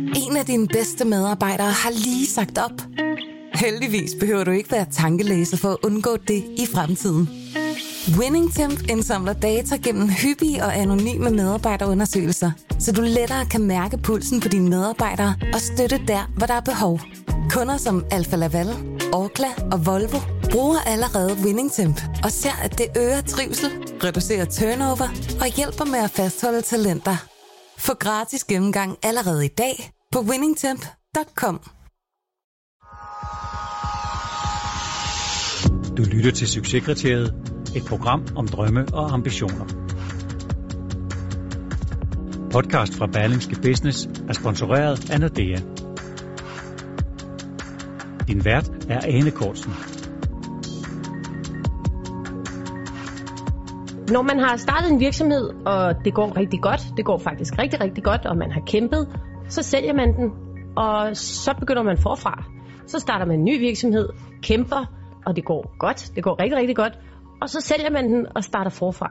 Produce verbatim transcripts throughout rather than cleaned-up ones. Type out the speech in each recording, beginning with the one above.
En af dine bedste medarbejdere har lige sagt op. Heldigvis behøver du ikke være tankelæser for at undgå det i fremtiden. WinningTemp indsamler data gennem hyppige og anonyme medarbejderundersøgelser, så du lettere kan mærke pulsen på dine medarbejdere og støtte der, hvor der er behov. Kunder som Alfa Laval, Orkla og Volvo bruger allerede WinningTemp og ser, at det øger trivsel, reducerer turnover og hjælper med at fastholde talenter. Få gratis gennemgang allerede i dag på winningtemp punktum com. Du lytter til Succeskriteriet, et program om drømme og ambitioner. Podcast fra Berlingske Business er sponsoreret af Nordea. Din vært er Ane Cortzen. Når man har startet en virksomhed, og det går rigtig godt, det går faktisk rigtig, rigtig godt, og man har kæmpet, så sælger man den, og så begynder man forfra. Så starter man en ny virksomhed, kæmper, og det går godt, det går rigtig, rigtig godt, og så sælger man den og starter forfra.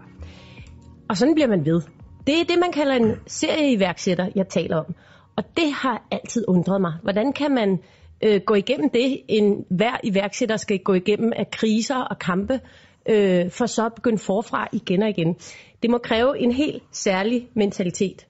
Og sådan bliver man ved. Det er det, man kalder en serieiværksætter, jeg taler om. Og det har altid undret mig. Hvordan kan man øh, gå igennem det, en hver iværksætter skal gå igennem af kriser og kampe, øh, for så at begynde forfra igen og igen. Det må kræve en helt særlig mentalitet.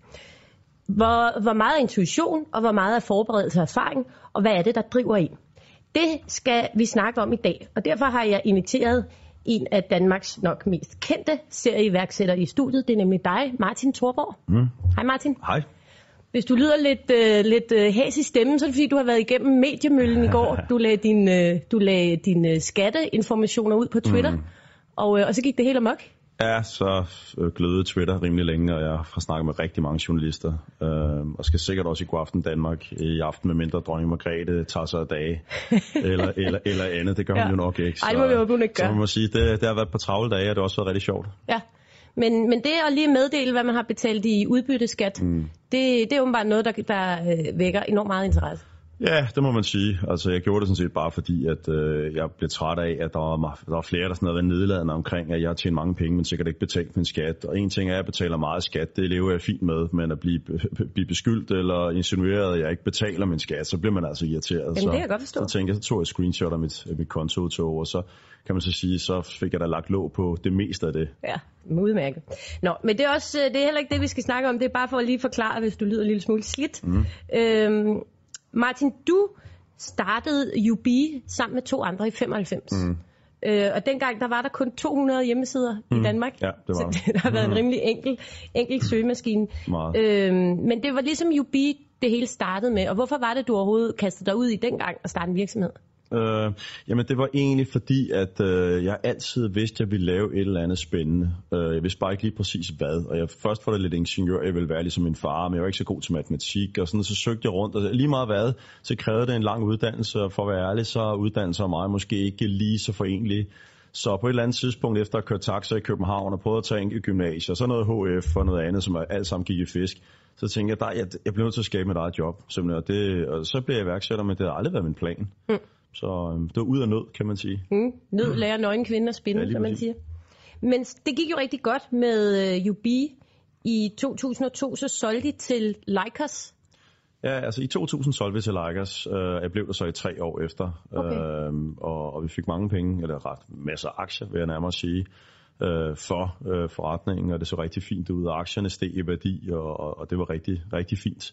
Hvor, hvor meget er intuition, og hvor meget er forberedelse og erfaring, og hvad er det, der driver en? Det skal vi snakke om i dag, og derfor har jeg inviteret en af Danmarks nok mest kendte serieiværksættere i studiet. Det er nemlig dig, Martin Thorborg. Mm. Hej Martin. Hej. Hvis du lyder lidt, øh, lidt øh, hæs i stemmen, så er det fordi, du har været igennem mediemøllen i går. Du lagde dine øh, du lagde din, øh, skatteinformationer ud på Twitter, mm. og, øh, og så gik det helt amok. Ja, så glødede Twitter rimelig længe, og jeg har snakket med rigtig mange journalister. Øh, og skal sikkert også i God Aften Danmark i aften, med mindre dronning Margrethe tager sig af dage, eller, eller, eller andet. Det gør ja. hun jo nok ikke. Så, Ej, det må vi jo ikke gøre. Så man må sige, det, det har været på travle dage, og det har også været rigtig sjovt. Ja. Men, men det at lige meddele, hvad man har betalt i udbytteskat, mm. det, det er åbenbart noget, der, der øh, vækker enormt meget interesse. Ja, det må man sige. Altså, jeg gjorde det sådan set bare fordi, at øh, jeg blev træt af, at der var, der var flere, der sådan havde været nedladende omkring, at jeg har tjent mange penge, men sikkert ikke betalt min skat. Og en ting er, at jeg betaler meget skat, det lever jeg fint med, men at blive, blive beskyldt eller insinueret, at jeg ikke betaler min skat, så bliver man altså irriteret. Jamen, så, det kan jeg godt forstå. Så tænkte jeg, så tog jeg et screenshot af mit, mit kontoudtog, og så kan man så sige, så fik jeg da lagt låg på det meste af det. Ja, udmærket. Nå, men det er, også, det er heller ikke det, vi skal snakke om. Det er bare for at lige forklare, hvis du lyder en lille smule slidt. Mm. Øhm, Martin, du startede U B sammen med to andre i femoghalvfems. Mm. Øh, og dengang der var der kun to hundrede hjemmesider mm. i Danmark. Ja, det var så det har været mm. en rimelig enkel, enkel søgemaskine. Øh, men det var ligesom U B, det hele startede med. Og hvorfor var det, du overhovedet kastede dig ud i dengang at starte en virksomhed? Øh, jamen det var egentlig fordi, at øh, jeg altid vidste, at jeg ville lave et eller andet spændende. Øh, jeg vidste bare ikke lige præcis hvad. Og jeg først var det lidt ingeniør, jeg ville være ligesom min far, men jeg var ikke så god til matematik. Og sådan, så søgte jeg rundt, og lige meget hvad, så krævede det en lang uddannelse. Og for at være ærlig, så uddannelse af mig måske ikke lige så forenlige. Så på et eller andet tidspunkt, efter at køre taxa i København og prøvede at tage en gymnasie, og så noget H F og noget andet, som alt sammen gik i fisk, så tænkte jeg, at jeg, jeg bliver nødt til at skabe mit eget job. Og, det, og så blev jeg iværksætter, men det har aldrig været min plan. Mm. Så øhm, det var ud af nød, kan man sige. Mm. Nød lærer nøgen kvinder at spinde, ja, som man siger. Men det gik jo rigtig godt med uh, U B. I to tusind og to, så solgte I til Lycos. Ja, altså i to tusind solgte vi til Lycos. Uh, jeg blev der så i tre år efter. Okay. Uh, og, og vi fik mange penge, eller ret masser af aktier, vil jeg nærmere sige, uh, for uh, forretningen. Og det så rigtig fint ud. Aktierne steg i værdi, og, og, og det var rigtig, rigtig fint.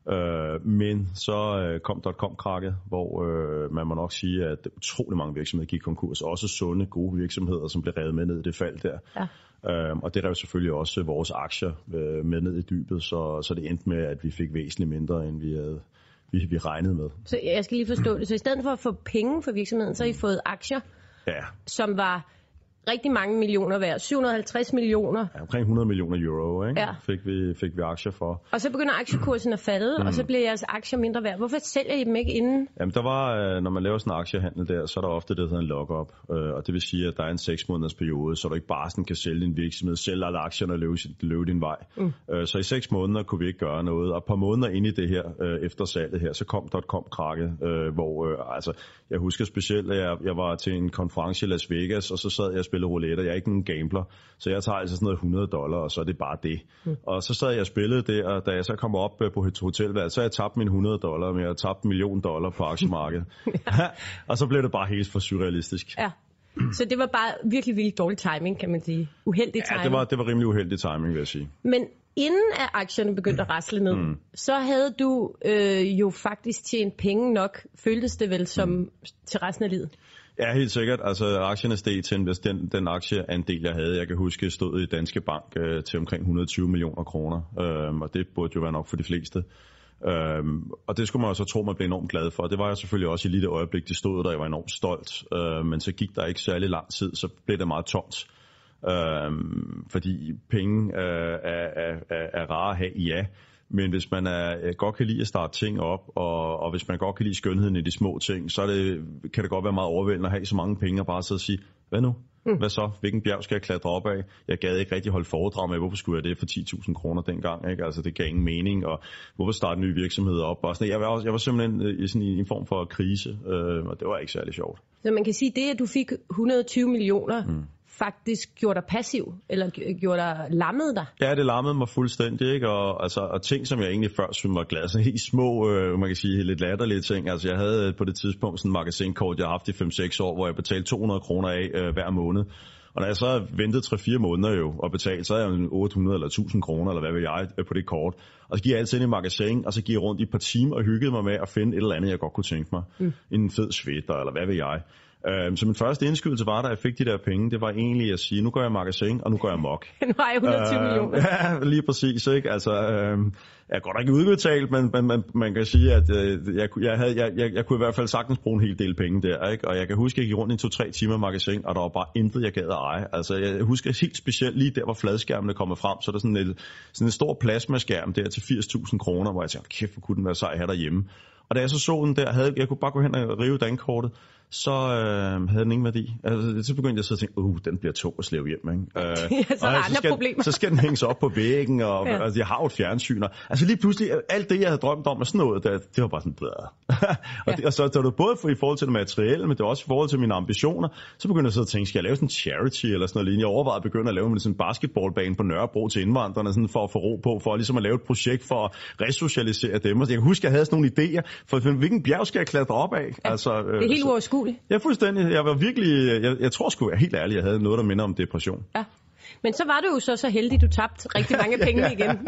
Øh, men så øh, kom dot-com-krakket, hvor øh, man må nok sige, at utrolig mange virksomheder gik konkurs. Også sunde, gode virksomheder, som blev revet med ned i det fald der. Ja. Øh, og det rev selvfølgelig også vores aktier øh, med ned i dybet, så, så det endte med, at vi fik væsentligt mindre, end vi havde vi, vi regnede med. Så jeg skal lige forstå det. Så i stedet for at få penge for virksomheden, så har I fået aktier, ja. Som var rigtig mange millioner værd. syv hundrede og halvtreds millioner. Ja, omkring hundrede millioner euro, ikke? Ja. Fik, vi, fik vi aktier for. Og så begynder aktiekursen at falde, mm. og så bliver jeres aktier mindre værd. Hvorfor sælger I dem ikke inden? Jamen, der var, når man laver sådan en aktiehandel der, så er der ofte det, der hedder en lock-up. Og det vil sige, at der er en seks måneders periode, så du ikke bare sådan kan sælge din virksomhed, sælge alle aktierne og løbe, løbe din vej. Mm. Så i seks måneder kunne vi ikke gøre noget. Og et par måneder inde i det her, efter salget her, så kom dot-com-krakket, hvor, altså, jeg husker specielt, at jeg, jeg var til en konference i Las Vegas, og så sad jeg og spillet roulette, jeg er ikke nogen gambler, så jeg tager altså sådan noget hundrede dollar, og så er det bare det. Mm. Og så sad jeg og spillede det, og da jeg så kom op på et hotelværelse, så havde jeg tabt mine hundrede dollar, men jeg havde tabt en million dollar på aktiemarkedet. Og så blev det bare helt for surrealistisk. Ja. Så det var bare virkelig, virkelig dårlig timing, kan man sige. Uheldig timing. Ja, det var, det var rimelig uheldig timing, vil jeg sige. Men inden at aktierne begyndte at rasle ned, mm. så havde du øh, jo faktisk tjent penge nok, føltes det vel, som mm. til resten af livet? Ja, helt sikkert. Altså, aktierne steg til den, den aktieandel, jeg havde. Jeg kan huske, stod i Danske Bank øh, til omkring et hundrede og tyve millioner kroner. Øhm, og det burde jo være nok for de fleste. Øhm, og det skulle man jo så tro, man blev enormt glad for. Det var jeg selvfølgelig også i lige det øjeblik, de stod der. Jeg var enormt stolt. Øhm, men så gik der ikke særlig lang tid, så blev det meget tomt. Øhm, fordi penge øh, er, er, er, er rare at have, ja. Men hvis man er, godt kan lide at starte ting op, og, og hvis man godt kan lide skønheden i de små ting, så er det, kan det godt være meget overvældende at have så mange penge og bare sidde og sige, hvad nu? Mm. Hvad så? Hvilken bjerg skal jeg klatre op af? Jeg gad ikke rigtig holde foredrag med, hvorfor skulle jeg det for ti tusind kroner dengang? Ikke? Altså, det gav ingen mening, og hvorfor starte en ny virksomhed op? Og sådan, jeg, var, jeg var simpelthen i, sådan, i en form for krise, øh, og det var ikke særlig sjovt. Så man kan sige, det at du fik et hundrede og tyve millioner, mm. faktisk gjorde dig passiv, eller gjorde dig lammet dig? Ja, det lammede mig fuldstændig, ikke? Og, altså, og ting, som jeg egentlig før synes var glad, så helt små, øh, man kan sige, lidt latterlige ting. Altså, jeg havde på det tidspunkt sådan en magasinkort, jeg har haft i fem seks år, hvor jeg betalte to hundrede kroner af øh, hver måned. Og når jeg så ventede tre fire måneder jo og betalt, så er jeg jo otte hundrede eller tusind kroner, eller hvad ved jeg, på det kort. Og så gik jeg altid ind i magasin, og så gik jeg rundt i et par timer og hyggede mig med at finde et eller andet, jeg godt kunne tænke mig. Mm. En fed sweater, eller hvad ved jeg. Så min første indskydelse var, da jeg fik de der penge, det var egentlig at sige, nu går jeg i magasin, og nu går jeg mok. Nu har jeg et hundrede og tyve millioner. Ja, lige præcis, ikke? Altså, øh, jeg er godt nok ikke udbetalt, men man, man, man kan sige, at øh, jeg, jeg, havde, jeg, jeg, jeg kunne i hvert fald sagtens bruge en hel del penge der, ikke? Og jeg kan huske, at jeg gik rundt i to-tre timer i magasin, og der var bare intet, jeg gad at eje. Altså, jeg husker helt specielt lige der, hvor fladskærmene kommer frem, så er der sådan, et, sådan en stor plasmaskærm der til firs tusind kroner, hvor jeg tænkte, kæft, hvor kunne den være sej her derhjemme. Og da jeg så så den der, havde, jeg kunne bare gå hen og rive dankortet, så øh, havde den ingen værdi. Altså, så begyndte jeg så at tænke, uh, den bliver tung at slæve hjem, ikke? Øh, ja, så er der andre skal, problemer. Så skal den hænges op på væggen, og ja. Altså, jeg har jo et fjernsyn. Og, altså lige pludselig, alt det, jeg havde drømt om og sådan noget, det, det var bare sådan, blæder. og, ja. det, og så det var det både for, i forhold til det materielle, men det var også i forhold til mine ambitioner. Så begyndte jeg så at tænke, skal jeg lave sådan en charity eller sådan noget lignende? Jeg overvejede at begynde at lave sådan en basketballbane på Nørrebro til indvandrerne, sådan for at få ro på, for ligesom at lave et projekt for at resocialisere dem. Og jeg kan huske, at jeg havde sådan nogle idéer, for hvilken bjerg skal jeg klatre op af? Ja, altså, det er helt uoverskueligt. Ja, fuldstændig. Jeg var virkelig, jeg, jeg tror sgu være helt ærlig, jeg havde noget, der minder om depression. Ja. Men så var du jo så, så heldig, du tabte rigtig mange penge ja, ja. igen.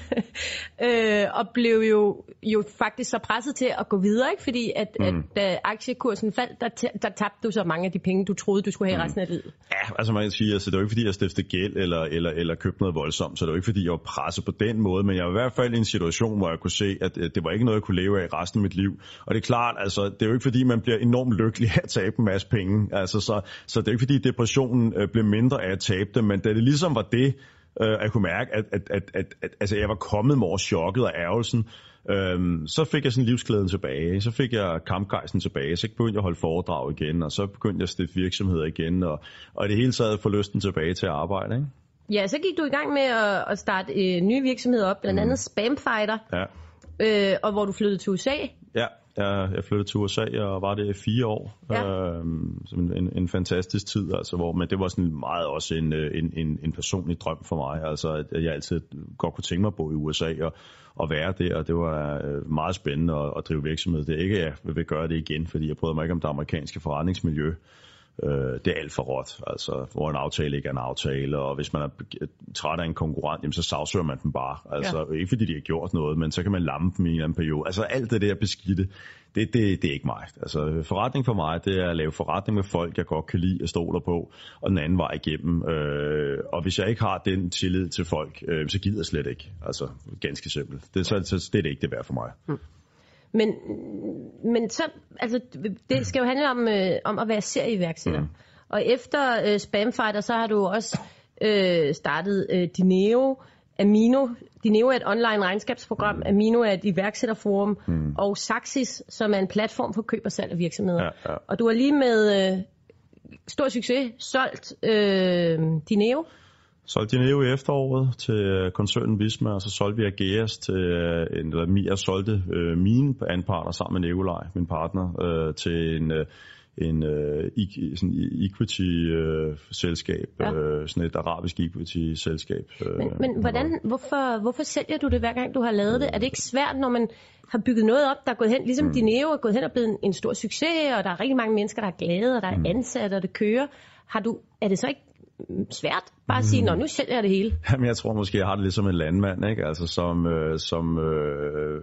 øh, og blev jo, jo faktisk så presset til at gå videre, ikke? Fordi at, mm. at da aktiekursen faldt, der, der tabte du så mange af de penge, du troede, du skulle have mm. resten af livet. Ja, altså man kan sige, altså, det var ikke fordi, jeg stiftede gæld eller, eller, eller købte noget voldsomt, så det var ikke fordi, jeg var presset på den måde, men jeg var i hvert fald i en situation, hvor jeg kunne se, at det var ikke noget, jeg kunne leve af resten af mit liv. Og det er klart, altså, det er jo ikke fordi, man bliver enormt lykkelig af at tabe en masse penge. Altså, så, så det er ikke fordi, depressionen øh, blev mindre af at tabe det, men da det ligesom var det, øh, jeg kunne mærke, at, at, at, at, at altså, jeg var kommet mig over chokket og ærgelsen, Øhm, så fik jeg sådan livsglæden tilbage, så fik jeg kampgejsten tilbage, så begyndte jeg at holde foredrag igen, og så begyndte jeg at stifte virksomheder igen, og, og i det hele taget få lysten tilbage til at arbejde, ikke? Ja, så gik du i gang med at, at starte øh, nye virksomheder op, blandt andet mm. Spamfighter, ja. øh, og hvor du flyttede til U S A. Ja, jeg, jeg flyttede til U S A og var det i fire år, ja. øhm, som en, en fantastisk tid, altså, hvor, men det var sådan meget også en, en, en, en personlig drøm for mig, altså at jeg altid godt kunne tænke mig at bo i U S A og, og være der, og det var meget spændende at, at drive virksomhed. Det er ikke, at jeg vil gøre det igen, fordi jeg prøvede mig ikke om det amerikanske forretningsmiljø. Det er alt for råt, altså, hvor en aftale ikke er en aftale, og hvis man er træt af en konkurrent, jamen, så sagsøger man dem bare. Altså, ja. Ikke fordi de har gjort noget, men så kan man lamme dem i en eller anden periode. Altså alt det der beskidte, det, det, det er ikke mig. Altså forretning for mig, det er at lave forretning med folk, jeg godt kan lide og stoler på, og den anden vej igennem. Øh, og hvis jeg ikke har den tillid til folk, øh, så gider jeg slet ikke. Altså ganske simpelt. Det, så, så, det er det ikke det værd for mig. Hmm. Men, men så, altså, det skal jo handle om, øh, om at være serieværksætter. Mm. Og efter øh, Spamfighter, så har du også øh, startet øh, Dineo, Amino. Dineo er et online regnskabsprogram, mm. Amino er et iværksætterforum, mm. og Saxis, som er en platform for køb og salg af virksomheder. Ja, ja. Og du har lige med øh, stor succes solgt øh, Dineo. Solgte Dineo i efteråret til koncernen Visma, og så solgte vi Ageas til, eller Mia solgte øh, mine anparter sammen med Nikolaj, min partner, øh, til en, øh, en øh, equity-selskab, øh, ja. øh, sådan et arabisk equity-selskab. Øh, men men hvordan, hvorfor, hvorfor sælger du det, hver gang du har lavet det? Er det ikke svært, når man har bygget noget op, der er gået hen, ligesom mm. Dineo er gået hen og blevet en, en stor succes, og der er rigtig mange mennesker, der er glade, og der er mm. ansatte, og det kører. Har du, er det så ikke svært bare at sige, nå, nu sælger jeg det hele? Jamen, jeg tror måske, jeg har det lidt som en landmand, ikke? Altså, som, øh, som øh,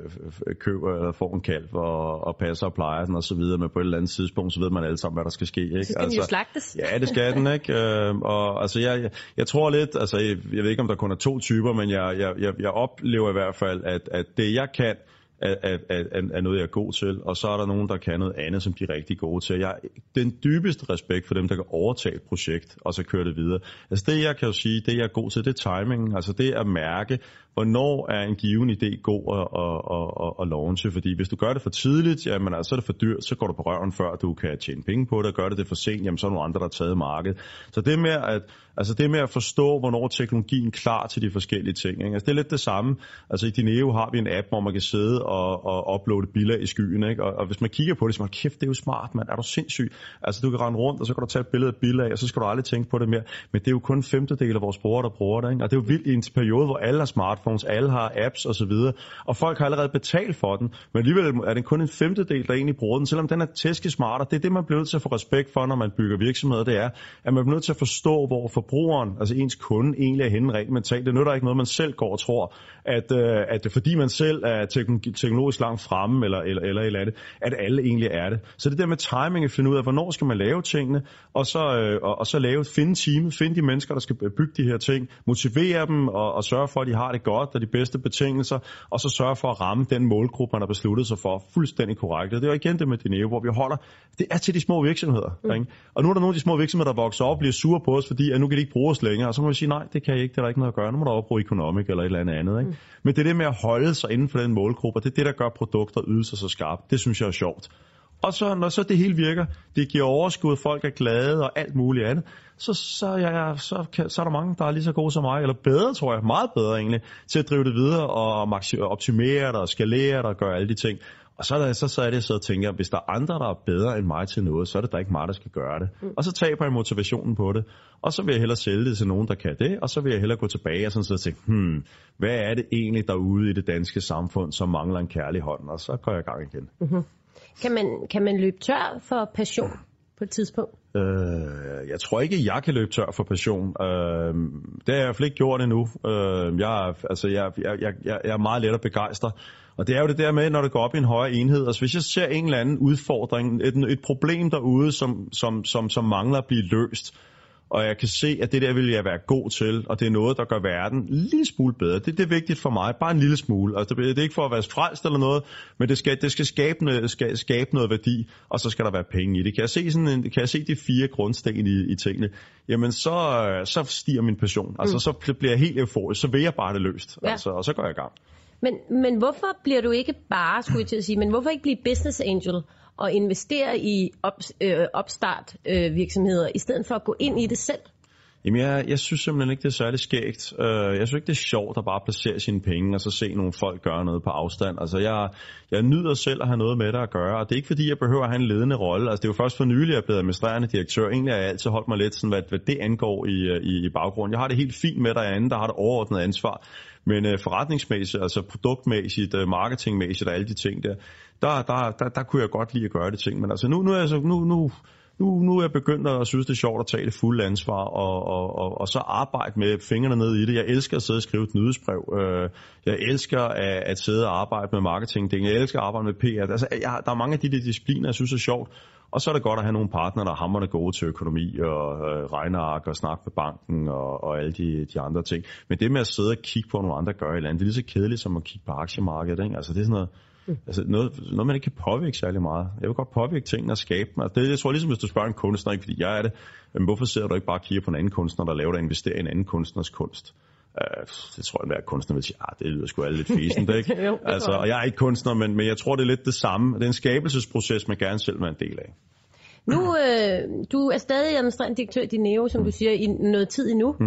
køber eller får en kalv og, og passer og plejer den og så videre, men på et eller andet tidspunkt, så ved man alle sammen, hvad der skal ske, ikke? Så skal altså, den jo slagtes. Ja, det skal den, ikke? Øh, og altså, jeg, jeg, jeg tror lidt, altså, jeg, jeg ved ikke, om der kun er to typer, men jeg, jeg, jeg, jeg oplever i hvert fald, at, at det, jeg kan, Er, er, er, er noget, jeg er god til, og så er der nogen, der kan noget andet, som de er rigtig gode til. Jeg har den dybeste respekt for dem, der kan overtage et projekt, og så køre det videre. Altså det, jeg kan jo sige, det jeg er god til, det er timingen. Altså det at mærke, hvornår er en given idé god at, at, at, at launche. Fordi hvis du gør det for tidligt, jamen altså, så er det for dyrt, så går du på røven, før du kan tjene penge på det, og gør det det for sent, jamen så er der nogle andre, der har taget markedet. Så det med at, altså det med at forstå, hvornår teknologien er klar til de forskellige ting. Ikke? Altså det er lidt det samme. Altså i Dineo har vi en app, hvor man kan sidde og, og uploade bilag i skyen. Ikke? Og, og hvis man kigger på det, så man, kæft, det er jo smart, mand. Er du sindssyg? Altså du kan rende rundt, og så kan du tage et billede af bilag, og så skal du aldrig tænke på det mere. Men det er jo kun en femtedel af vores brugere, der bruger det. Ikke? Og det er jo vildt i en periode, hvor alle har smartphones, alle har apps og så videre, og folk har allerede betalt for den, men alligevel er det kun en femtedel, der egentlig bruger den, selvom den er tæskesmart, og det er det, man bliver nødt til at få respekt for, når man bygger virksomheder, det er, at man bliver nødt til at forstå, hvor forbrugeren, altså ens kunde, egentlig er henne rent mentalt. Det nytter ikke noget, man selv går og tror, at, øh, at fordi man selv er teknologisk langt fremme, eller, eller, eller, eller andet, at alle egentlig er det. Så det der med timing, at finde ud af, hvornår skal man lave tingene, og så, øh, og, og så lave, finde teamet, finde de mennesker, der skal bygge de her ting, motivere dem, og, og sørge for, at de har det godt, og de bedste betingelser, og så sørge for at ramme den målgruppe, man har besluttet sig for, fuldstændig korrekt. Det er jo igen det med Dineo, hvor vi holder, det er til de små virksomheder. Mm. Ikke? Og nu er der nogle af de små virksomheder, der vokser op og bliver sure på os, fordi at nu kan de ikke bruge os længere, og så må vi sige, nej, det kan I ikke, det er der ikke noget at gøre, nu må der også bruge Economic eller et eller andet andet. Ikke? Mm. Men det er det med at holde sig inden for den målgruppe, og det er det, der gør produkter og ydelser så skarpt. Det synes jeg er sjovt. Og så, når så det hele virker, det giver overskud, folk er glade og alt muligt andet, så, så, ja, så, kan, så er der mange, der er lige så gode som mig, eller bedre, tror jeg, meget bedre egentlig, til at drive det videre og optimere det og skalere det og gøre alle de ting. Og så er, der, så, så er det så at tænke, at hvis der er andre, der er bedre end mig til noget, så er det da ikke mig, der skal gøre det. Mm. Og så taber jeg motivationen på det. Og så vil jeg hellere sælge det til nogen, der kan det. Og så vil jeg hellere gå tilbage og sådan så tænke, hmm, hvad er det egentlig derude i det danske samfund, som mangler en kærlig hånd? Og så går jeg i gang igen. Mm-hmm. Kan man, kan man løbe tør for passion på et tidspunkt? Øh, jeg tror ikke, jeg kan løbe tør for passion. Øh, det har jeg i hvert fald ikke gjort endnu. Øh, jeg, altså, jeg, jeg, jeg, jeg er meget let at begejstre. Og det er jo det der med, når det går op i en højere enhed. Altså hvis jeg ser en eller anden udfordring, et, et problem derude, som, som, som, som mangler at blive løst, og jeg kan se, at det der vil jeg være god til, og det er noget, der gør verden en lille smule bedre. Det, det er vigtigt for mig, bare en lille smule. Altså, det er ikke for at være frelst eller noget, men det skal, det skal, skabe, noget, skal skabe noget værdi, og så skal der være penge i det. Kan jeg se, sådan en, kan jeg se de fire grundsten i, i tingene, jamen så, så stiger min passion. Altså mm. så bliver jeg helt euforisk, så vil jeg bare det løst, ja. Altså, og så går jeg i gang. Men, men hvorfor bliver du ikke bare, skulle jeg til at sige, men hvorfor ikke blive business angel og investere i op, øh, opstart øh, virksomheder, i stedet for at gå ind i det selv? Jamen, jeg, jeg synes simpelthen ikke, det er særlig skægt. Uh, jeg synes ikke, det er sjovt at bare placere sine penge, og så se nogle folk gøre noget på afstand. Altså, jeg, jeg nyder selv at have noget med det at gøre, og det er ikke fordi, jeg behøver at have en ledende rolle. Altså, det er jo først for nylig, jeg er blevet administrerende direktør. Egentlig har jeg altid holdt mig lidt sådan, hvad, hvad det angår i, i, i baggrunden. Jeg har det helt fint med derinde, der har det overordnet ansvar. Men uh, forretningsmæssigt, altså produktmæssigt, uh, marketingmæssigt og alle de ting der, der, der, der, der kunne jeg godt lide at gøre det ting. Men altså, nu, nu er jeg så... Nu, nu Nu, nu er jeg begyndt at synes, det er sjovt at tage det fulde ansvar og, og, og, og så arbejde med fingrene ned i det. Jeg elsker at sidde og skrive et nyhedsbrev. Jeg elsker at, at sidde og arbejde med marketing. Jeg elsker at arbejde med P R. Altså, jeg, der er mange af de, de discipliner, jeg synes er sjovt. Og så er det godt at have nogle partnere, der er hamrende gode til økonomi og øh, regneark og snakke med banken og, og alle de, de andre ting. Men det med at sidde og kigge på, hvad nogle andre gør i landet, det er lige så kedeligt som at kigge på aktiemarkedet. Ikke? Altså, det er sådan noget... Altså noget, noget, man ikke kan påvirke særlig meget. Jeg vil godt påvirke tingene og skabe dem. Altså det, jeg tror ligesom, hvis du spørger en kunstner, ikke fordi jeg er det, men hvorfor sidder du ikke bare og kigger på en anden kunstner, der laver dig investerer i en anden kunstners kunst? Uh, det tror jeg, at hver kunstner vil sige, ah, det lyder sgu alle lidt fæsent, ikke? jo, altså, og jeg er ikke kunstner, men, men jeg tror, det er lidt det samme. Det er en skabelsesproces, man gerne selv vil være en del af. Nu, øh, du er stadig administrerende direktør i Dineo, som mm. du siger, i noget tid endnu. Mm.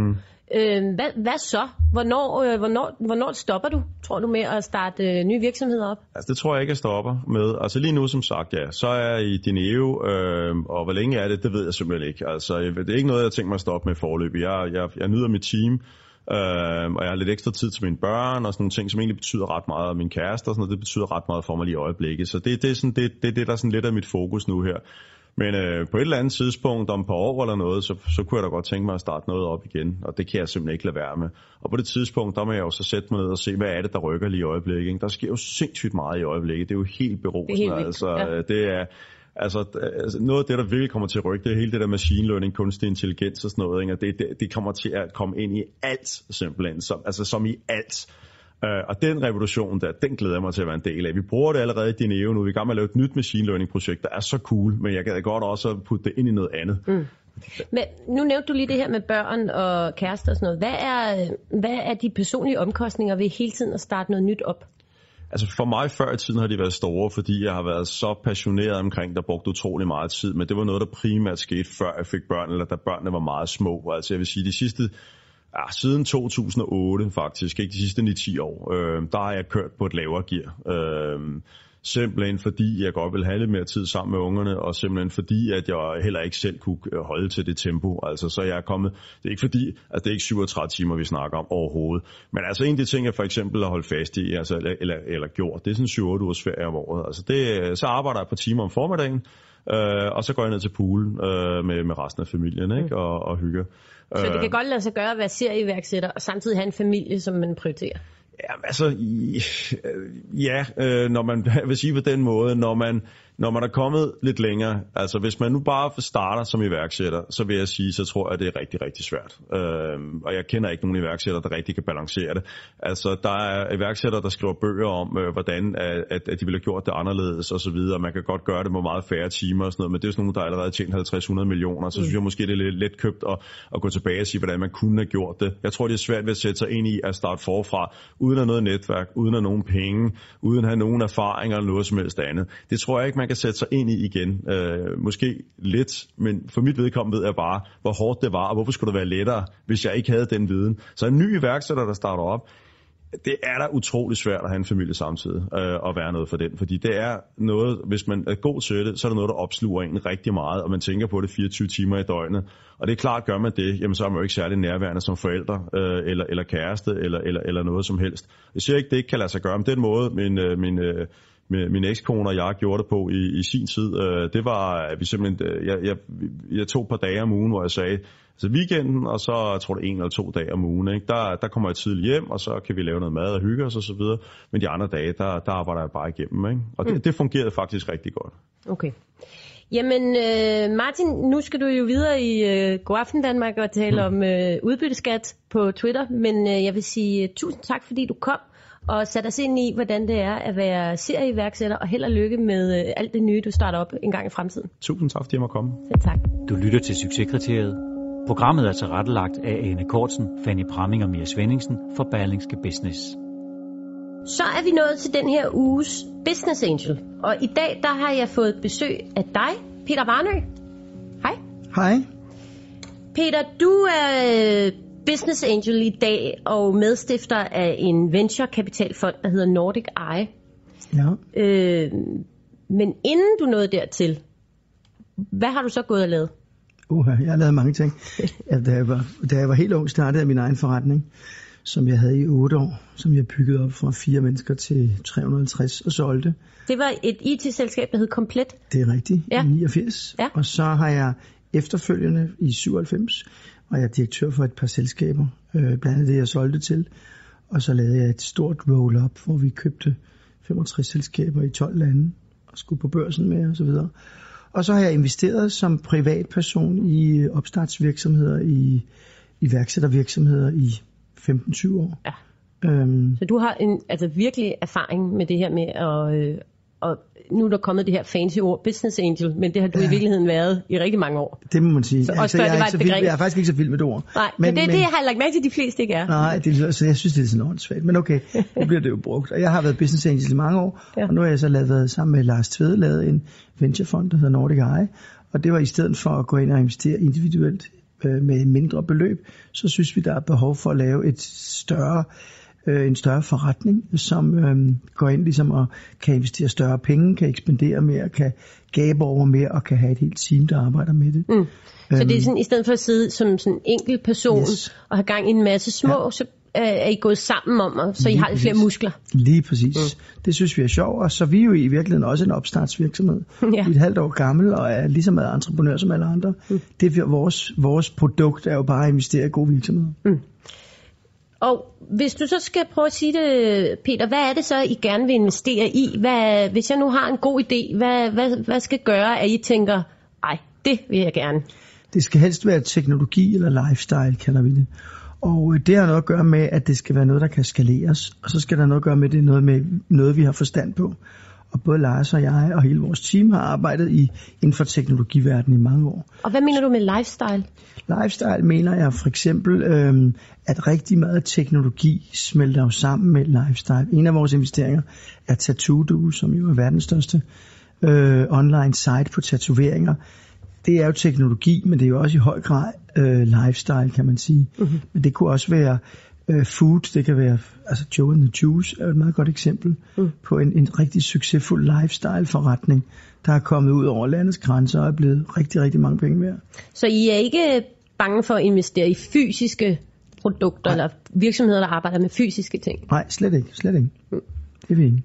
Øh, hvad, hvad så? Hvornår, øh, hvornår, hvornår stopper du, tror du, med at starte øh, nye virksomheder op? Altså, det tror jeg ikke, jeg stopper med. Altså, lige nu, som sagt, ja, så er jeg i Dineo, øh, og hvor længe er det, det ved jeg simpelthen ikke. Altså, det er ikke noget, jeg har tænkt mig at stoppe med forløb. Jeg, jeg, jeg nyder mit team, øh, og jeg har lidt ekstra tid til mine børn, og sådan nogle ting, som egentlig betyder ret meget, og min kæreste og sådan noget, det betyder ret meget for mig lige i øjeblikket. Så det, det, er sådan, det, det, det der er sådan lidt af mit fokus nu her. Men øh, på et eller andet tidspunkt, om et par år eller noget, så, så kunne jeg da godt tænke mig at starte noget op igen, og det kan jeg simpelthen ikke lade være med. Og på det tidspunkt, der må jeg jo så sætte mig ned og se, hvad er det, der rykker lige i øjeblikket. Ikke? Der sker jo sindssygt meget i øjeblikket, det er jo helt berosende. Det er helt altså, ja. det er, altså, noget af det, der virkelig kommer til at rykke, det er hele det der machine learning, kunstig intelligens og sådan noget, ikke? Og det, det, det kommer til at komme ind i alt simpelthen, som, altså som i alt. Uh, og den revolution der, den glæder jeg mig til at være en del af. Vi bruger det allerede i Dineo nu. Vi er i gang med at lave et nyt machine learning projekt, der er så cool, men jeg gad godt også at putte det ind i noget andet. Mm. Men nu nævnte du lige det her med børn og kærester og sådan noget. Hvad er, hvad er de personlige omkostninger ved hele tiden at starte noget nyt op? Altså for mig før i tiden har de været store, fordi jeg har været så passioneret omkring, der brugte utrolig meget tid. Men det var noget, der primært skete før jeg fik børn, eller da børnene var meget små. Altså jeg vil sige, de sidste... Ja, siden to tusind og otte faktisk, ikke de sidste ni til ti år, øh, der har jeg kørt på et lavere gear. Øh, simpelthen fordi jeg godt vil have lidt mere tid sammen med ungerne, og simpelthen fordi, at jeg heller ikke selv kunne holde til det tempo. Altså, så jeg er kommet, det er ikke fordi, at det er ikke syvogtredive timer, vi snakker om overhovedet. Men altså en af de ting, jeg for eksempel har holdt fast i, altså, eller, eller, eller gjort, det er sådan syv otte ugers ferie om året. Altså det, så arbejder jeg på timer om formiddagen, øh, og så går jeg ned til poolen øh, med, med resten af familien, ikke? Og, og hygger. Så det kan godt lade sig gøre at være serieiværksætter og samtidig have en familie, som man prioriterer? Ja, altså, ja, når man vil sige på den måde, når man, når man er kommet lidt længere, altså hvis man nu bare starter som iværksætter, så vil jeg sige, så tror jeg, det er rigtig, rigtig svært. Øhm, og jeg kender ikke nogen iværksætter, der rigtig kan balancere det. Altså, der er iværksætter, der skriver bøger om, øh, hvordan at, at de ville have gjort det anderledes og så videre. Man kan godt gøre det med meget færre timer og sådan noget, men det er sådan nogen, der allerede har tjent halvtreds hundrede millioner, så synes jeg måske, det er lidt let købt at, at gå tilbage og sige, hvordan man kunne have gjort det. Jeg tror, det er svært ved at sætte sig ind i at starte forfra, uden at noget netværk, uden at nogen penge, uden at have nogen erfaringer eller noget som helst andet. Det tror jeg ikke, man kan sætte sig ind i igen. Øh, måske lidt, men for mit vedkommende ved jeg bare, hvor hårdt det var, og hvorfor skulle det være lettere, hvis jeg ikke havde den viden. Så en ny iværksætter, der starter op, det er da utrolig svært at have en familie samtidig øh, og være noget for den. Fordi det er noget, hvis man er god til det, så er det noget, der opsluger en rigtig meget, og man tænker på det fireogtyve timer i døgnet. Og det er klart, gør man det, jamen så er man jo ikke særlig nærværende som forældre, øh, eller, eller kæreste, eller, eller, eller noget som helst. Jeg siger ikke, det ikke kan lade sig gøre, men den måde, min, øh, min, øh, min ekskone og jeg gjorde det på i, i sin tid, øh, det var, at vi simpelthen, øh, jeg, jeg, jeg tog et par dage om ugen, hvor jeg sagde, altså weekenden, og så jeg tror det en eller to dage om ugen, ikke? Der, der kommer jeg tidligt hjem, og så kan vi lave noget mad og hygge os og så videre. Men de andre dage, der, der arbejder jeg bare igennem, ikke? Og det, mm. det fungerede faktisk rigtig godt. Okay. Jamen øh, Martin, nu skal du jo videre i øh, Godaften Danmark og tale mm. om øh, udbytteskat på Twitter, men øh, jeg vil sige tusind tak, fordi du kom og satte os ind i, hvordan det er at være serieiværksætter, og held og lykke med øh, alt det nye, du starter op en gang i fremtiden. Tusind tak, fordi jeg måtte komme. Selv tak. Du lytter til Succeskriteriet. Programmet er tilrettelagt af Ane Kortsen, Fanny Pramming og Mia Svenningsen for Berlingske Business. Så er vi nået til den her uges Business Angel, og i dag der har jeg fået besøg af dig, Peter Varnø. Hej. Hej. Peter, du er Business Angel i dag og medstifter af en venturekapitalfond, der hedder Nordic Eye. Ja. Øh, men inden du nåede dertil, hvad har du så gået og lavet? Uh, jeg har lavet mange ting. Ja, da, jeg var, da jeg var helt ung, startede jeg min egen forretning, som jeg havde i otte år, som jeg byggede op fra fire mennesker til tre hundrede og halvtreds og solgte. Det var et I T-selskab, der hed Komplet? Det er rigtigt, ja. I niogfirs. Ja. Og så har jeg efterfølgende i syvoghalvfems, og jeg er direktør for et par selskaber, øh, blandt andet det, jeg solgte til. Og så lavede jeg et stort roll-up, hvor vi købte femogtres selskaber i tolv lande, og skulle på børsen med og så videre. Og så har jeg investeret som privatperson i opstartsvirksomheder, i iværksættervirksomheder i femten til tyve år. Ja. Øhm, så du har en altså virkelig erfaring med det her med at... Øh, og nu er der kommet det her fancy ord, business angel, men det har du ja. i virkeligheden været i rigtig mange år. Det må man sige. Så, altså, jeg, er så vild, jeg er faktisk ikke så vild med det ord. Nej, men, men det, men, det har jeg lagt mærke til, de fleste ikke er. Nej, det, så jeg synes, det er sådan åndssvagt. Men okay, nu bliver det jo brugt. Og jeg har været business angel i mange år, ja. Og nu har jeg så lavet, været sammen med Lars Tvede lavet en venturefond, der hedder Nordic Eye. Og det var i stedet for at gå ind og investere individuelt øh, med mindre beløb, så synes vi, der er behov for at lave et større, øh, en større forretning, som øh, går ind ligesom og kan investere større penge, kan ekspandere mere, kan gabe over mere og kan have et helt team, der arbejder med det. Mm. Så det er sådan, i stedet for at sidde som sådan en enkelt person yes. og have gang i en masse små, ja. så er I gået sammen om, og så I har lidt flere muskler. Lige præcis. Mm. Det synes vi er sjovt, og så vi er jo i virkeligheden også en opstartsvirksomhed. Ja. Vi er et halvt år gammel og er lige så meget entreprenør som alle andre. Mm. Det er vores, vores produkt er jo bare at investere i gode virksomheder. Mm. Og hvis du så skal prøve at sige det, Peter, hvad er det så, I gerne vil investere i? Hvad, hvis jeg nu har en god idé, hvad, hvad, hvad skal gøre, at I tænker, ej, det vil jeg gerne? Det skal helst være teknologi eller lifestyle, kalder vi det. Og det har noget at gøre med, at det skal være noget, der kan skaleres. Og så skal der noget at gøre med, at det er noget, med, noget vi har forstand på. Og både Lars og jeg og hele vores team har arbejdet i, inden for teknologiverdenen i mange år. Og hvad mener du med lifestyle? Lifestyle mener jeg for eksempel, øhm, at rigtig meget teknologi smelter jo sammen med lifestyle. En af vores investeringer er Tattoo, som jo er verdens største øh, online site på tatoveringer. Det er jo teknologi, men det er jo også i høj grad øh, lifestyle, kan man sige. Mm-hmm. Men det kunne også være øh, food, det kan være, altså Joe and the Juice er et meget godt eksempel mm. på en, en rigtig succesfuld lifestyle-forretning, der er kommet ud over landets grænser og er blevet rigtig, rigtig mange penge værd. Så I er ikke bange for at investere i fysiske produkter, Nej. eller virksomheder, der arbejder med fysiske ting? Nej, slet ikke, slet ikke. Mm. Det er vi ikke.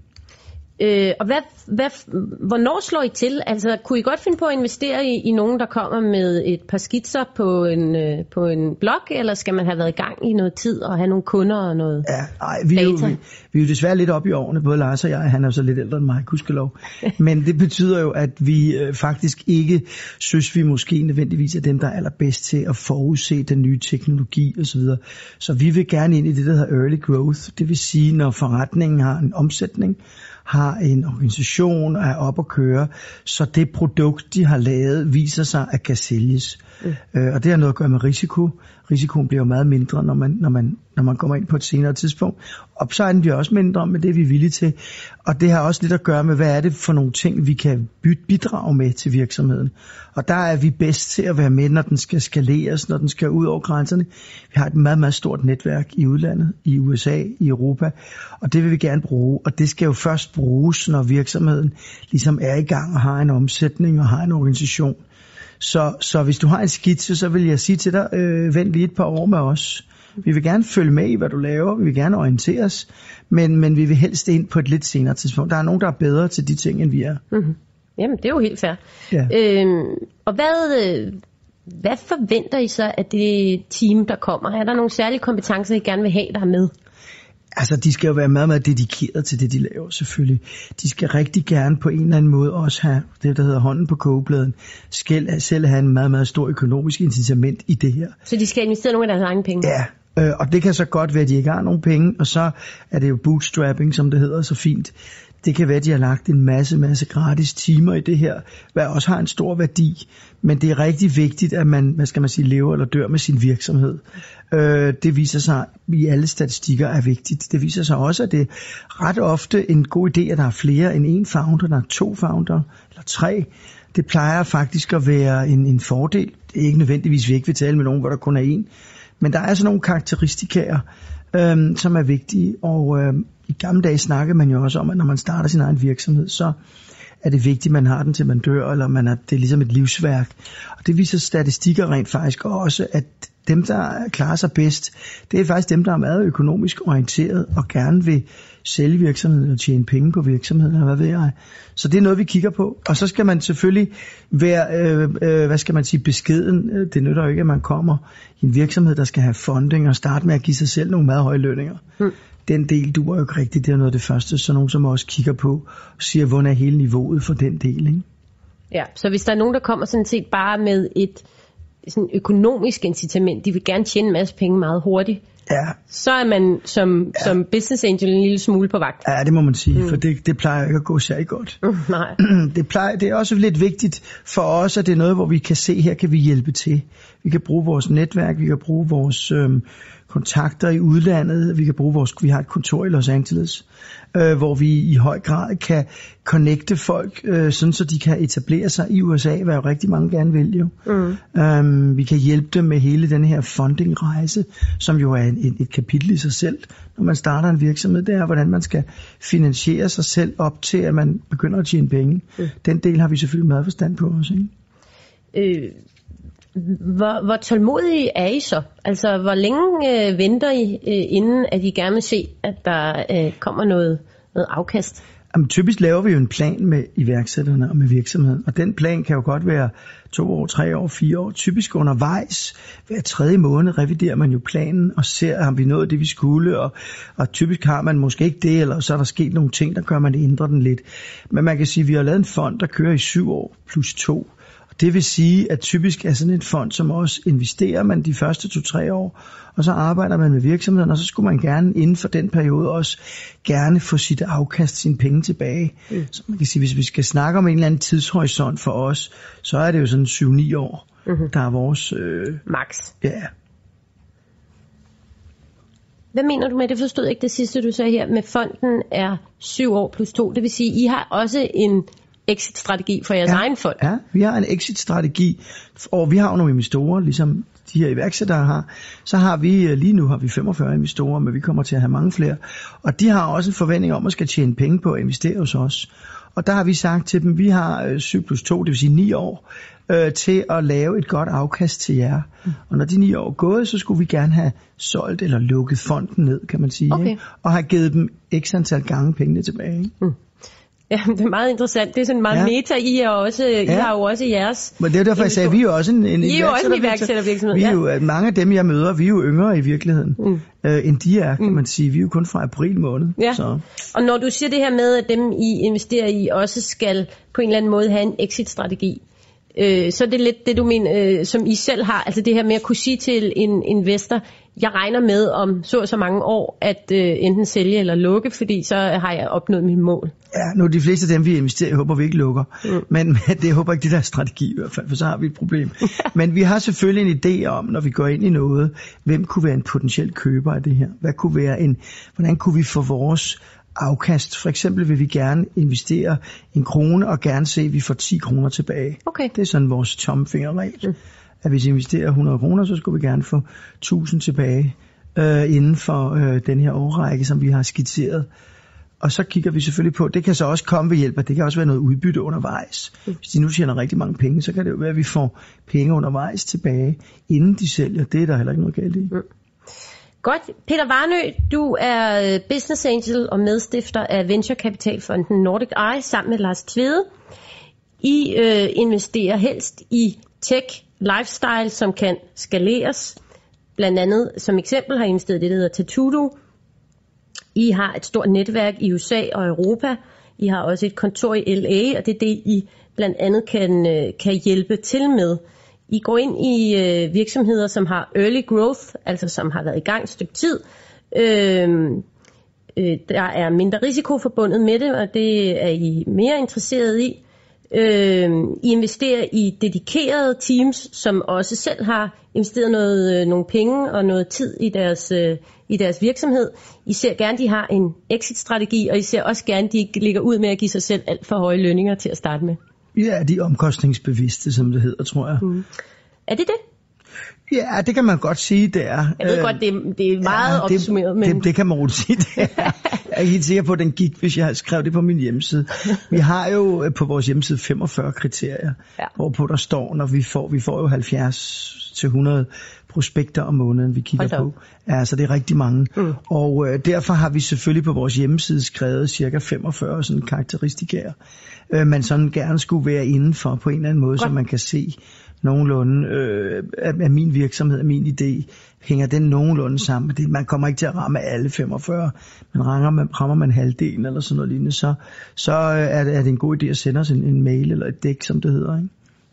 Øh, og hvad, hvad, hvornår slår I til? Altså, kunne I godt finde på at investere i, i nogen, der kommer med et par skitser på en, øh, på en blog, eller skal man have været i gang i noget tid og have nogle kunder og noget ja, ej, vi data? Er jo, vi, vi er jo desværre lidt op i årene, både Lars og jeg, han er jo så lidt ældre end mig, gudskelov. Men det betyder jo, at vi øh, faktisk ikke synes, vi måske nødvendigvis er dem, der er allerbedst til at forudse den nye teknologi osv. Så, så vi vil gerne ind i det, der hedder early growth. Det vil sige, når forretningen har en omsætning, har en organisation og er op at køre, så det produkt, de har lavet, viser sig at kan sælges. Mm. Øh, og det har noget at gøre med risiko. Risikoen bliver jo meget mindre, når man, når man, når man kommer ind på et senere tidspunkt. Upsiden bliver også mindre, men det er vi villige til. Og det har også lidt at gøre med, hvad er det for nogle ting, vi kan bidrage med til virksomheden. Og der er vi bedst til at være med, når den skal skaleres, når den skal ud over grænserne. Vi har et meget, meget stort netværk i udlandet, i U S A, i Europa, og det vil vi gerne bruge. Og det skal jo først bruges, når virksomheden ligesom er i gang og har en omsætning og har en organisation. Så, så hvis du har en skitse, så vil jeg sige til dig, øh, vent lige et par år med os. Vi vil gerne følge med i, hvad du laver. Vi vil gerne orientere os, men, men vi vil helst ind på et lidt senere tidspunkt. Der er nogen, der er bedre til de ting, end vi er. Mm-hmm. Jamen, det er jo helt fair. Ja. Øhm, og hvad, hvad forventer I så af det team, der kommer? Er der nogle særlige kompetencer, I gerne vil have, der er med? Altså, de skal jo være meget, meget dedikeret til det, de laver, selvfølgelig. De skal rigtig gerne på en eller anden måde også have det, der hedder hånden på kogebladen. Skal selv have en meget, meget stor økonomisk incitament i det her. Så de skal investere nogle af deres egne penge? Ja, øh, og det kan så godt være, at de ikke har nogen penge, og så er det jo bootstrapping, som det hedder så fint. Det kan være, at de har lagt en masse, masse gratis timer i det her, hvad også har en stor værdi. Men det er rigtig vigtigt, at man, hvad skal man sige, lever eller dør med sin virksomhed. Øh, det viser sig i alle statistikker er vigtigt. Det viser sig også, at det er ret ofte en god idé, at der er flere end en founder, der er to founder eller tre. Det plejer faktisk at være en, en fordel. Det er ikke nødvendigvis, vi ikke vil tale med nogen, hvor der kun er en. Men der er sådan nogle karakteristikaer, øh, som er vigtige, og øh, i gamle dage snakkede man jo også om, at når man starter sin egen virksomhed, så er det vigtigt, at man har den til man dør, eller man er, det er ligesom et livsværk. Og det viser statistikker rent faktisk også, at dem, der klarer sig bedst, det er faktisk dem, der er meget økonomisk orienteret og gerne vil sælge virksomheden eller tjene penge på virksomheden, eller hvad ved jeg. Så det er noget, vi kigger på. Og så skal man selvfølgelig være, øh, øh, hvad skal man sige, beskeden. Det nytter jo ikke, at man kommer i en virksomhed, der skal have funding og starte med at give sig selv nogle meget høje lønninger. Hmm. Den del duer jo ikke rigtigt. Det er noget af det første, så nogen som også kigger på og siger, hvordan er hele niveauet for den del, ikke? Ja, så hvis der er nogen, der kommer sådan set bare med et sådan økonomisk incitament, de vil gerne tjene en masse penge meget hurtigt, ja. så er man som, ja. som business angel en lille smule på vagt. Ja, det må man sige, mm. for det, det plejer ikke at gå særlig godt. Mm, nej. Det, plejer, det er også lidt vigtigt for os, at det er noget, hvor vi kan se, her kan vi hjælpe til. Vi kan bruge vores netværk, vi kan bruge vores øhm, kontakter i udlandet, vi kan bruge vores, vi har et kontor i Los Angeles, øh, hvor vi i høj grad kan connecte folk, øh, sådan så de kan etablere sig i U S A, hvad jo rigtig mange gerne vil jo. Mm. Øhm, vi kan hjælpe dem med hele den her funding-rejse, som jo er en, et kapitel i sig selv, når man starter en virksomhed. Det er, hvordan man skal finansiere sig selv op til, at man begynder at tjene penge. Mm. Den del har vi selvfølgelig meget forstand på også, ikke? Øh. Hvor, hvor tålmodige er I så? Altså, hvor længe øh, venter I, øh, inden at I gerne vil se, at der øh, kommer noget, noget afkast? Jamen, typisk laver vi jo en plan med iværksætterne og med virksomheden, og den plan kan jo godt være to år, tre år, fire år. Typisk undervejs, hver tredje måned reviderer man jo planen og ser, om vi nået det, vi skulle, og, og typisk har man måske ikke det, eller så er der sket nogle ting, der gør man det, ændrer den lidt. Men man kan sige, at vi har lavet en fond, der kører i syv år plus to. Det vil sige, at typisk er sådan en fond, som også investerer man de første to-tre år, og så arbejder man med virksomheden, og så skulle man gerne inden for den periode også gerne få sit afkast, sine penge tilbage. Mm. Så man kan sige, hvis vi skal snakke om en eller anden tidshorisont for os, så er det jo sådan syv-ni år, mm-hmm. der er vores... Øh, Max. Ja. Hvad mener du med det? Forstod ikke det sidste, du sagde her, med fonden er syv år plus to. Det vil sige, I har også en exit-strategi for jeres ja, egen fond. Ja, vi har en exit-strategi, og vi har jo nogle investorer, ligesom de her iværksættere har. Så har vi, lige nu har vi femogfyrre investorer, men vi kommer til at have mange flere. Og de har også en forventning om at skal tjene penge på at investere hos os. Og der har vi sagt til dem, vi har syv plus to, det vil sige ni år, øh, til at lave et godt afkast til jer. Mm. Og når de ni år er gået, så skulle vi gerne have solgt eller lukket fonden ned, kan man sige. Okay. Ikke? Og have givet dem x antal gange pengene tilbage. Mm. Ja, det er meget interessant. Det er sådan meget ja. meta. I, er også, ja. I har jo også jeres... Men det er derfor, jeg sagde, at vi er jo også en, en I er jo også en iværksættervirksomhed. Vi er jo, ja. Mange af dem, jeg møder, vi er jo yngre i virkeligheden, mm. øh, end de er, kan mm. man sige. Vi er jo kun fra april måned. Ja. Så. Og når du siger det her med, at dem, I investerer i, også skal på en eller anden måde have en exit-strategi, øh, så er det lidt det, du mener, øh, som I selv har. Altså det her med at kunne sige til en investor, jeg regner med om så og så mange år, at øh, enten sælge eller lukke, fordi så har jeg opnået mit mål. Ja, nu de fleste af dem, vi investerer, jeg håber, vi ikke lukker. Mm. Men, men det håber ikke det der strategi i hvert fald, for så har vi et problem. Men vi har selvfølgelig en idé om, når vi går ind i noget, hvem kunne være en potentiel køber af det her? Hvad kunne være en, hvordan kunne vi få vores afkast? For eksempel vil vi gerne investere en krone og gerne se, at vi får ti kroner tilbage. Okay. Det er sådan vores tommelfingerregel. Mm. At hvis vi investerer hundrede kroner, så skulle vi gerne få tusind tilbage øh, inden for øh, den her årrække, som vi har skitseret. Og så kigger vi selvfølgelig på, det kan så også komme ved hjælp af, det kan også være noget udbytte undervejs. Hvis de nu tjener rigtig mange penge, så kan det jo være, at vi får penge undervejs tilbage, inden de sælger. Det er der heller ikke noget galt i. Mm. Godt. Peter Varnø, du er business angel og medstifter af venturekapitalfonden Nordic Eye sammen med Lars Tvede. I øh, investerer helst i tech, lifestyle, som kan skaleres. Blandt andet som eksempel har I investeret det, der hedder Tatudo. I har et stort netværk i U S A og Europa. I har også et kontor i L A, og det er det, I blandt andet kan, kan hjælpe til med. I går ind i øh, virksomheder, som har early growth, altså som har været i gang et stykke tid. Øh, øh, der er mindre risiko forbundet med det, og det er I mere interesseret i. Øh, I investerer i dedikerede teams, som også selv har investeret noget, øh, nogle penge og noget tid i deres, øh, i deres virksomhed. I ser gerne, de har en exit-strategi, og I ser også gerne, de ikke ligger ud med at give sig selv alt for høje lønninger til at starte med. Ja, de er omkostningsbevidste, som det hedder, tror jeg. Mm. Er det det? Ja, det kan man godt sige, det er. Jeg ved godt, det er, det er meget ja, opsummeret. Det, men... det, det kan man roligt sige, det er. Jeg er helt sikker på, at den gik, hvis jeg skrev det på min hjemmeside. Vi har jo på vores hjemmeside femogfyrre kriterier, ja. Hvorpå der står, når vi får, vi får jo halvfjerds til hundrede prospekter om måneden, vi kigger på. Ja, så det er rigtig mange. Mm. Og øh, derfor har vi selvfølgelig på vores hjemmeside skrevet cirka femogfyrre sådan karakteristika, øh, man sådan gerne skulle være indenfor på en eller anden måde, godt. Så man kan se nogenlunde, øh, at min virksomhed, min idé, hænger den nogenlunde sammen. Det, man kommer ikke til at ramme alle femogfyrre, men rammer man, rammer man halvdelen eller sådan noget lignende, så, så er, det, er det en god idé at sende os en, en mail eller et dæk, som det hedder, ikke?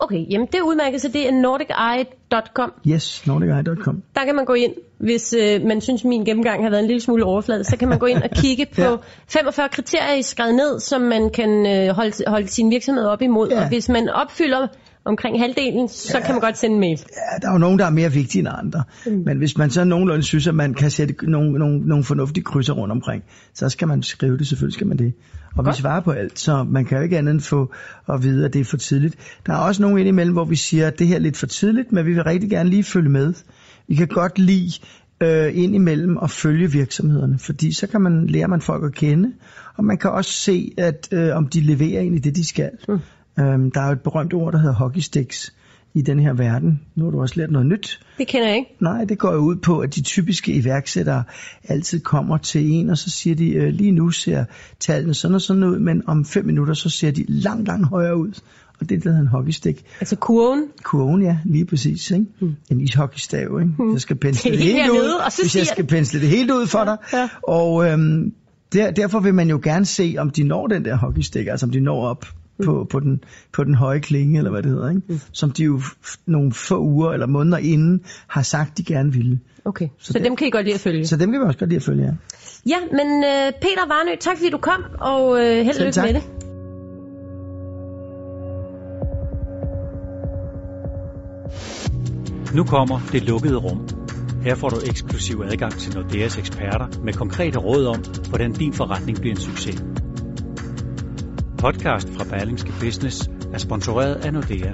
Okay, jamen det er udmærket, så det er nordic eye punktum com. Yes, nordic eye punktum com. Der kan man gå ind, hvis øh, man synes, min gennemgang har været en lille smule overfladisk, så kan man gå ind og kigge på ja. femogfyrre kriterier, I skrevet ned, som man kan øh, holde, holde sin virksomhed op imod. Ja. Og hvis man opfylder omkring halvdelen, så ja. kan man godt sende en mail. Ja, der er jo nogen, der er mere vigtige end andre. Mm. Men hvis man så nogenlunde synes, at man kan sætte nogle, nogle, nogle fornuftige krydser rundt omkring, så skal man skrive det, selvfølgelig skal man det. Og godt. Vi svarer på alt, så man kan jo ikke andet end få at vide, at det er for tidligt. Der er også nogen indimellem, hvor vi siger, at det her er lidt for tidligt, men vi vil rigtig gerne lige følge med. Vi kan godt lide øh, indimellem at følge virksomhederne, fordi så kan man lære man folk at kende, og man kan også se, at øh, om de leverer ind i det, de skal. Mm. Øhm, der er jo et berømt ord, der hedder hockeysticks i den her verden. Nu har du også lært noget nyt. Det kender jeg ikke. Nej, det går jo ud på, at de typiske iværksættere altid kommer til en, og så siger de, øh, lige nu ser tallene sådan og sådan ud, men om fem minutter, så ser de langt, langt højere ud. Og det er det, der hedder en hockeystick. Altså kurven? Kurven, ja, lige præcis. Ikke? Hmm. En ishockeystav, ikke? Hmm. Jeg skal pensle det, det helt ud, nede, hvis siger... jeg skal pensle det helt ud for ja, dig. Ja. Og øhm, der, derfor vil man jo gerne se, om de når den der hockeystick, altså om de når op På, på, den, på den høje klinge, eller hvad det hedder, ikke? Mm. Som de jo f- nogle få uger eller måneder inden har sagt, de gerne ville. Okay, så, så dem det, kan I godt lide at følge? Så dem kan vi også godt lide at følge, ja. Ja, men uh, Peter Varnø, tak fordi du kom, og uh, held og lykke med det. Nu kommer Det Lukkede Rum. Her får du eksklusiv adgang til Nordeas eksperter med konkrete råd om, hvordan din forretning bliver en succes. Podcast fra Berlingske Business er sponsoreret af Nordea.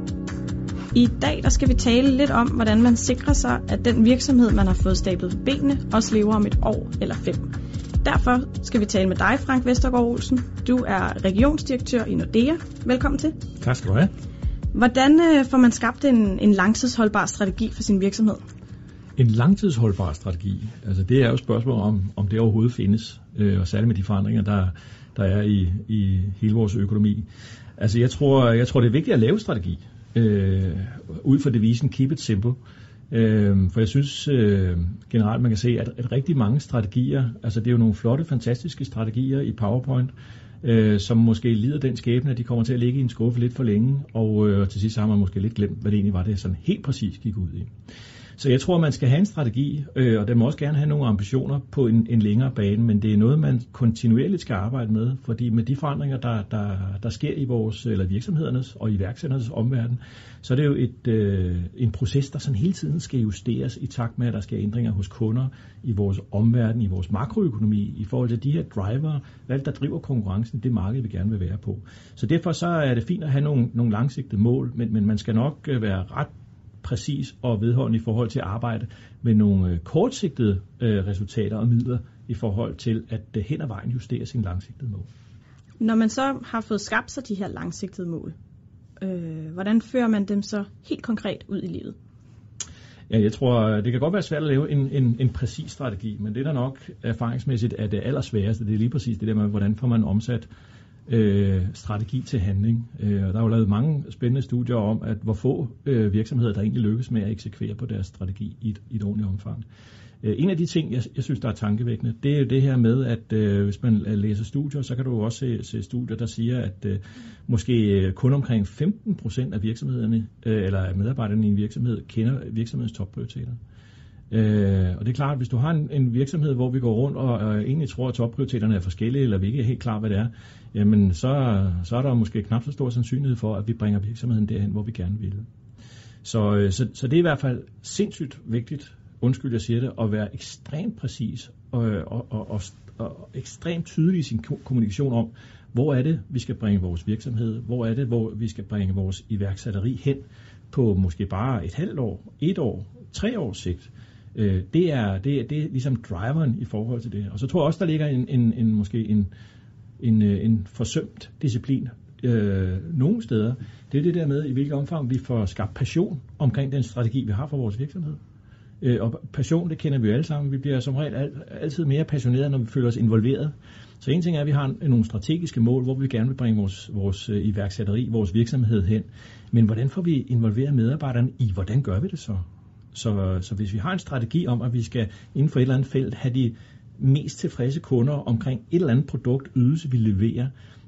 I dag der skal vi tale lidt om, hvordan man sikrer sig, at den virksomhed, man har fået stablet på benene, også lever om et år eller fem. Derfor skal vi tale med dig, Frank Vestergaard Olsen. Du er regionsdirektør i Nordea. Velkommen til. Tak skal du have. Hvordan får man skabt en, en langtidsholdbar strategi for sin virksomhed? En langtidsholdbar strategi, altså det er jo et spørgsmål om, om det overhovedet findes, øh, og særligt med de forandringer, der, der er i, i hele vores økonomi. Altså jeg tror, jeg tror det er vigtigt at lave strategi, øh, ud fra devisen keep it simple. Øh, for jeg synes øh, generelt, man kan se, at, at rigtig mange strategier, altså det er jo nogle flotte, fantastiske strategier i PowerPoint, øh, som måske lider den skæbne, at de kommer til at ligge i en skuffe lidt for længe, og øh, til sidst har man måske lidt glemt, hvad det egentlig var, det sådan helt præcis gik ud i. Så jeg tror, man skal have en strategi, øh, og den må også gerne have nogle ambitioner på en, en længere bane, men det er noget, man kontinuerligt skal arbejde med, fordi med de forandringer, der, der, der sker i vores eller virksomhedernes og iværksætternes omverden, så er det jo et, øh, en proces, der sådan hele tiden skal justeres i takt med, at der sker ændringer hos kunder, i vores omverden, i vores makroøkonomi, i forhold til de her driver, hvad der driver konkurrencen, det marked, vi gerne vil være på. Så derfor så er det fint at have nogle, nogle langsigtede mål, men, men man skal nok være ret præcis og vedholdende i forhold til at arbejde med nogle kortsigtede øh, resultater og midler i forhold til at øh, hen ad vejen justere sin langsigtede mål. Når man så har fået skabt sig de her langsigtede mål, øh, hvordan fører man dem så helt konkret ud i livet? Ja, jeg tror, det kan godt være svært at lave en, en, en præcis strategi, men det der nok erfaringsmæssigt er det allersværeste, det er lige præcis det der med, hvordan får man omsat Øh, strategi til handling. Øh, og der er jo lavet mange spændende studier om, at hvor få øh, virksomheder, der egentlig lykkes med at eksekvere på deres strategi i et, i et ordentligt omfang. Øh, en af de ting, jeg, jeg synes, der er tankevækkende, det er jo det her med, at øh, hvis man læser studier, så kan du også se, se studier, der siger, at øh, måske kun omkring femten procent af virksomhederne, øh, eller medarbejderne i en virksomhed, kender virksomhedens topprioriteter. Øh, og det er klart, at hvis du har en, en virksomhed, hvor vi går rundt og, og egentlig tror, at topprioriteterne er forskellige, eller vi ikke er helt klar, hvad det er, jamen så, så er der måske knap så stor sandsynlighed for, at vi bringer virksomheden derhen, hvor vi gerne vil. Så, så, så det er i hvert fald sindssygt vigtigt, undskyld jeg siger det, at være ekstremt præcis og, og, og, og, og ekstremt tydelig i sin kommunikation om, hvor er det, vi skal bringe vores virksomhed, hvor er det, hvor vi skal bringe vores iværksætteri hen på måske bare et halvt år, et år, tre års sigt. Det er, det, er, det er ligesom driveren i forhold til det. Og så tror jeg også, der ligger en, en, en måske en, en, en forsømt disciplin øh, nogle steder. Det er det der med, i hvilket omfang vi får skabt passion omkring den strategi, vi har for vores virksomhed. Øh, og passion, det kender vi jo alle sammen. Vi bliver som regel al, altid mere passionerede, når vi føler os involveret. Så en ting er, at vi har nogle strategiske mål, hvor vi gerne vil bringe vores, vores iværksætteri, vores virksomhed hen. Men hvordan får vi involveret medarbejderne i, hvordan gør vi det så? Så, så hvis vi har en strategi om, at vi skal inden for et eller andet felt have de mest tilfredse kunder omkring et eller andet produkt, ydelse, vi leverer,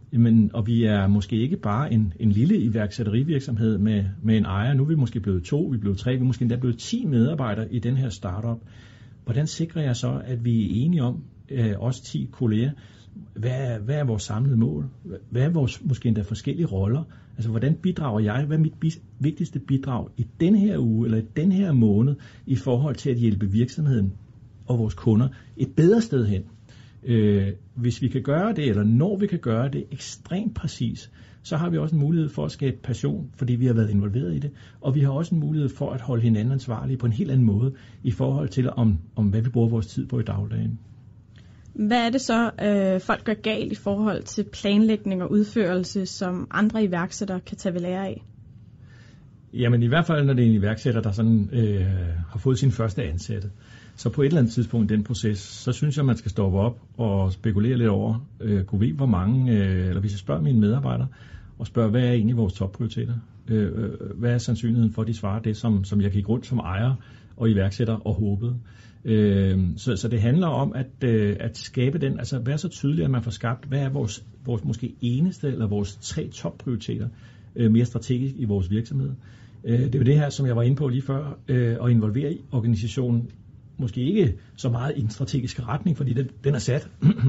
Jamen, og vi er måske ikke bare en, en lille iværksætterivirksomhed med, med en ejer. Nu er vi måske blevet to, vi er blevet tre, vi er måske endda blevet ti medarbejdere i den her startup. Hvordan sikrer jeg så, at vi er enige om, øh, os ti kolleger, hvad er, hvad er vores samlede mål? Hvad er vores måske endda forskellige roller? Altså, hvordan bidrager jeg? Hvad er mit bis- vigtigste bidrag i denne her uge eller i denne her måned i forhold til at hjælpe virksomheden og vores kunder et bedre sted hen? Øh, hvis vi kan gøre det, eller når vi kan gøre det ekstremt præcis, så har vi også en mulighed for at skabe passion, fordi vi har været involveret i det, og vi har også en mulighed for at holde hinanden ansvarlige på en helt anden måde i forhold til, om, om hvad vi bruger vores tid på i dagligdagen. Hvad er det så, øh, folk gør galt i forhold til planlægning og udførelse, som andre iværksættere kan tage ved lære af? Jamen i hvert fald, når det er en iværksætter, der sådan, øh, har fået sin første ansatte. Så på et eller andet tidspunkt i den proces, så synes jeg, man skal stoppe op og spekulere lidt over, øh, kunne vi hvor mange, øh, eller hvis jeg spørger mine medarbejdere, og spørger, hvad er egentlig vores topprioriteter? Øh, hvad er sandsynligheden for, at de svarer det, som, som jeg gik rundt som ejer og iværksætter og håbede? Øh, så, så det handler om at, øh, at skabe den, altså være så tydeligt, at man får skabt, hvad er vores, vores måske eneste eller vores tre topprioriteter øh, mere strategisk i vores virksomhed. Øh, det er jo det her, som jeg var inde på lige før, øh, at involvere i organisationen, måske ikke så meget i den strategiske retning, fordi den, den er sat,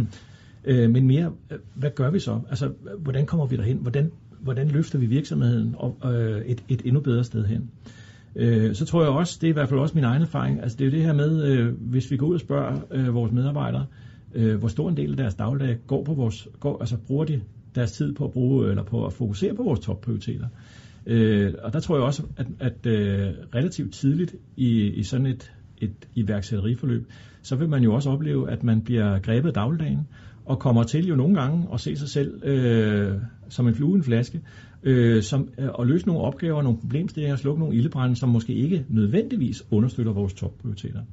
øh, men mere, hvad gør vi så? Altså, hvordan kommer vi derhen? Hvordan, hvordan løfter vi virksomheden og, øh, et, et endnu bedre sted hen? Øh, så tror jeg også, det er i hvert fald også min egen erfaring, altså det er jo det her med, øh, hvis vi går ud og spørger øh, vores medarbejdere, øh, hvor stor en del af deres dagligdag går på vores, går, altså bruger de deres tid på at bruge, eller på at fokusere på vores topprioriteter. Øh, og der tror jeg også, at, at øh, relativt tidligt i, i sådan et, et iværksætteriforløb, så vil man jo også opleve, at man bliver grebet af dagligdagen, og kommer til jo nogle gange at se sig selv øh, som en flue i en flaske, øh, som, øh, og løse nogle opgaver, nogle problemstillinger, slukke nogle ildebrænde, som måske ikke nødvendigvis understøtter vores topprioriteter.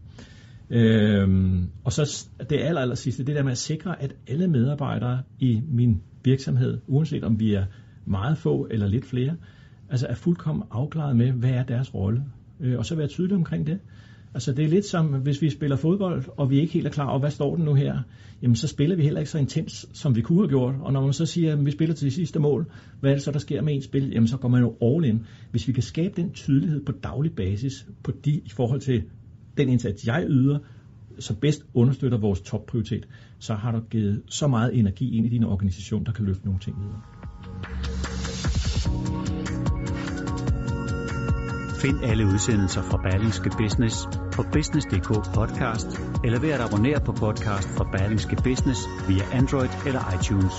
Øh, og så det aller, aller sidste, det der med at sikre, at alle medarbejdere i min virksomhed, uanset om vi er meget få eller lidt flere, altså er fuldkommen afklaret med, hvad er deres rolle, øh, og så være tydelig omkring det. Altså det er lidt som, hvis vi spiller fodbold, og vi ikke helt er klar over, hvad står den nu her, jamen så spiller vi heller ikke så intens, som vi kunne have gjort. Og når man så siger, at vi spiller til det sidste mål, hvad er det så, der sker med ens spil? Jamen så går man jo all in. Hvis vi kan skabe den tydelighed på daglig basis, på de, i forhold til den indsats, jeg yder, så bedst understøtter vores topprioritet, så har du givet så meget energi ind i din organisation, der kan løfte nogle ting videre. Find alle udsendelser fra Berlingske Business på business punktum d k podcast, eller ved at abonnere på podcast fra Berlingske Business via Android eller iTunes.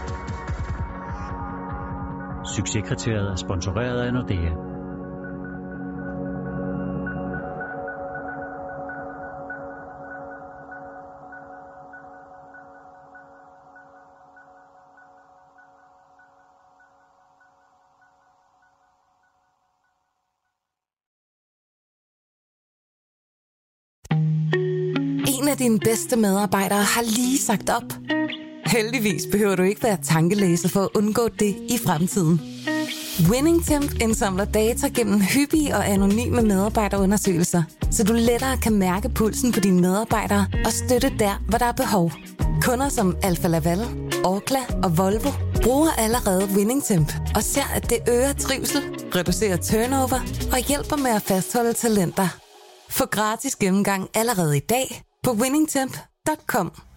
Succeskriteriet er sponsoreret af Nordea. En af dine bedste medarbejdere har lige sagt op. Heldigvis behøver du ikke være tankelæser for at undgå det i fremtiden. WinningTemp indsamler data gennem hyppige og anonyme medarbejderundersøgelser, så du lettere kan mærke pulsen på dine medarbejdere og støtte der, hvor der er behov. Kunder som Alfa Laval, Orkla og Volvo bruger allerede WinningTemp og ser, at det øger trivsel, reducerer turnover og hjælper med at fastholde talenter. Få gratis gennemgang allerede i dag på winningtemp punktum com.